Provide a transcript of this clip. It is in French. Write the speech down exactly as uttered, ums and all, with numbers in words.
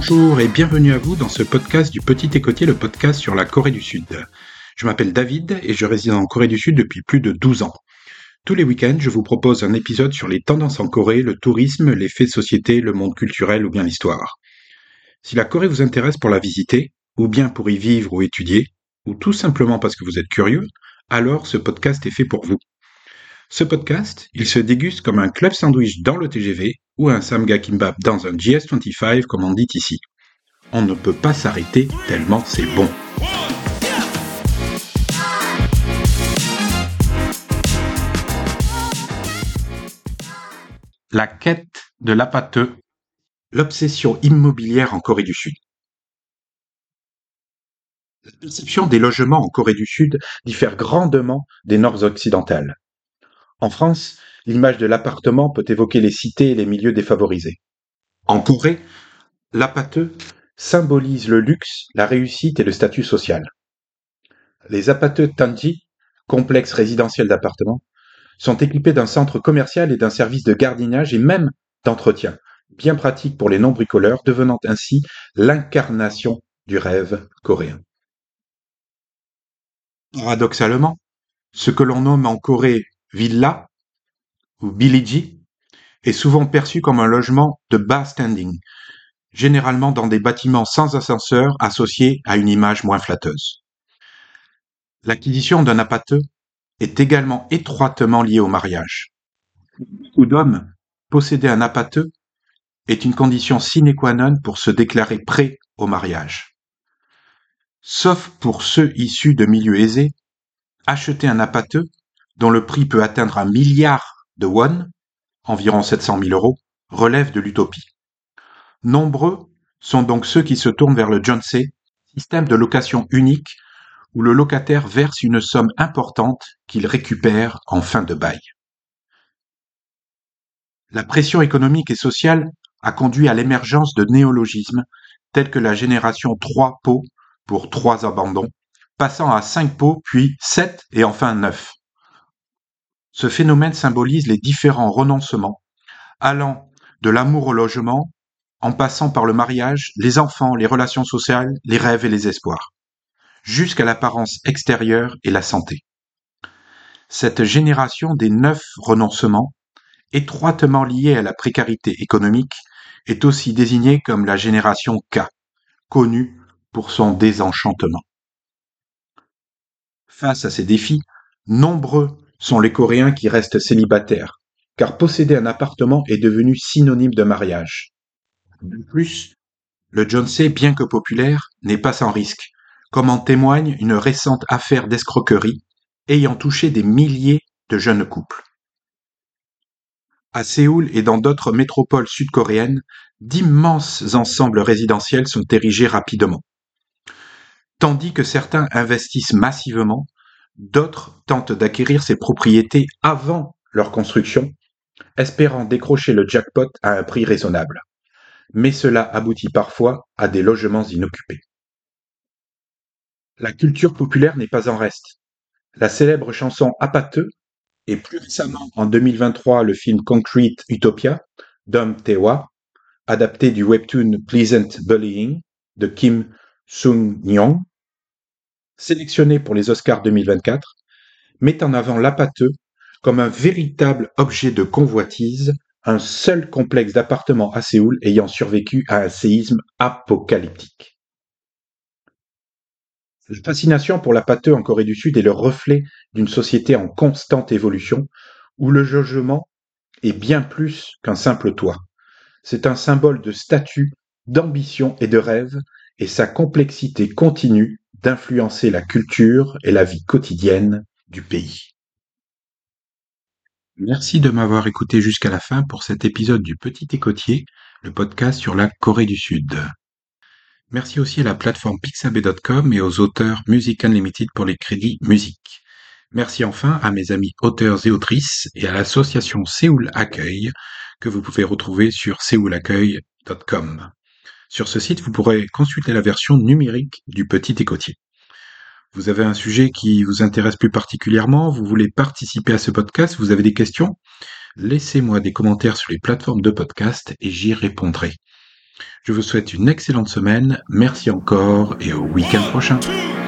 Bonjour et bienvenue à vous dans ce podcast du Petit Écotier, le podcast sur la Corée du Sud. Je m'appelle David et je réside en Corée du Sud depuis plus de douze ans. Tous les week-ends, je vous propose un épisode sur les tendances en Corée, le tourisme, les faits de société, le monde culturel ou bien l'histoire. Si la Corée vous intéresse pour la visiter, ou bien pour y vivre ou étudier, ou tout simplement parce que vous êtes curieux, alors ce podcast est fait pour vous. Ce podcast, il se déguste comme un club sandwich dans le T G V ou un samga kimbap dans un G S vingt-cinq comme on dit ici. On ne peut pas s'arrêter tellement c'est bon. La quête de l'apateux, l'obsession immobilière en Corée du Sud. La perception des logements en Corée du Sud diffère grandement des normes occidentales. En France, l'image de l'appartement peut évoquer les cités et les milieux défavorisés. En Corée, l'apateux symbolise le luxe, la réussite et le statut social. Les apateux Tanji, complexes résidentiels d'appartements, sont équipés d'un centre commercial et d'un service de gardiennage et même d'entretien, bien pratique pour les non-bricoleurs, devenant ainsi l'incarnation du rêve coréen. Paradoxalement, ce que l'on nomme en Corée villa ou biliji est souvent perçu comme un logement de bas standing, généralement dans des bâtiments sans ascenseur associés à une image moins flatteuse. L'acquisition d'un apateux est également étroitement liée au mariage. Pour beaucoup d'hommes, posséder un apateux est une condition sine qua non pour se déclarer prêt au mariage. Sauf pour ceux issus de milieux aisés, acheter un apateux, dont le prix peut atteindre un milliard de won, environ sept cent mille euros, relève de l'utopie. Nombreux sont donc ceux qui se tournent vers le jeonse, système de location unique où le locataire verse une somme importante qu'il récupère en fin de bail. La pression économique et sociale a conduit à l'émergence de néologismes tels que la génération trois pots pour trois abandons, passant à cinq pots puis sept et enfin neuf. Ce phénomène symbolise les différents renoncements, allant de l'amour au logement, en passant par le mariage, les enfants, les relations sociales, les rêves et les espoirs, jusqu'à l'apparence extérieure et la santé. Cette génération des neuf renoncements, étroitement liée à la précarité économique, est aussi désignée comme la génération K, connue pour son désenchantement. Face à ces défis, nombreux sont les Coréens qui restent célibataires, car posséder un appartement est devenu synonyme de mariage. De plus, le jeonse, bien que populaire, n'est pas sans risque, comme en témoigne une récente affaire d'escroquerie ayant touché des milliers de jeunes couples. À Séoul et dans d'autres métropoles sud-coréennes, d'immenses ensembles résidentiels sont érigés rapidement. Tandis que certains investissent massivement, d'autres tentent d'acquérir ces propriétés avant leur construction, espérant décrocher le jackpot à un prix raisonnable. Mais cela aboutit parfois à des logements inoccupés. La culture populaire n'est pas en reste. La célèbre chanson Apateux et plus récemment en deux mille vingt-trois le film Concrete Utopia d'Um Tae-hwa, adapté du webtoon Pleasant Bullying de Kim Sung-yeong, sélectionné pour les Oscars deux mille vingt-quatre, met en avant l'apateux comme un véritable objet de convoitise, un seul complexe d'appartements à Séoul ayant survécu à un séisme apocalyptique. La fascination pour l'apateux en Corée du Sud est le reflet d'une société en constante évolution, où le logement est bien plus qu'un simple toit. C'est un symbole de statut, d'ambition et de rêve, et sa complexité continue d'influencer la culture et la vie quotidienne du pays. Merci de m'avoir écouté jusqu'à la fin pour cet épisode du Petit Écotier, le podcast sur la Corée du Sud. Merci aussi à la plateforme pixabay point com et aux auteurs Music Unlimited pour les crédits musique. Merci enfin à mes amis auteurs et autrices et à l'association Séoul Accueil que vous pouvez retrouver sur seoul accueil point com. Sur ce site, vous pourrez consulter la version numérique du Petit Écotier. Vous avez un sujet qui vous intéresse plus particulièrement, vous voulez participer à ce podcast, vous avez des questions? Laissez-moi des commentaires sur les plateformes de podcast et j'y répondrai. Je vous souhaite une excellente semaine, merci encore et au week-end prochain.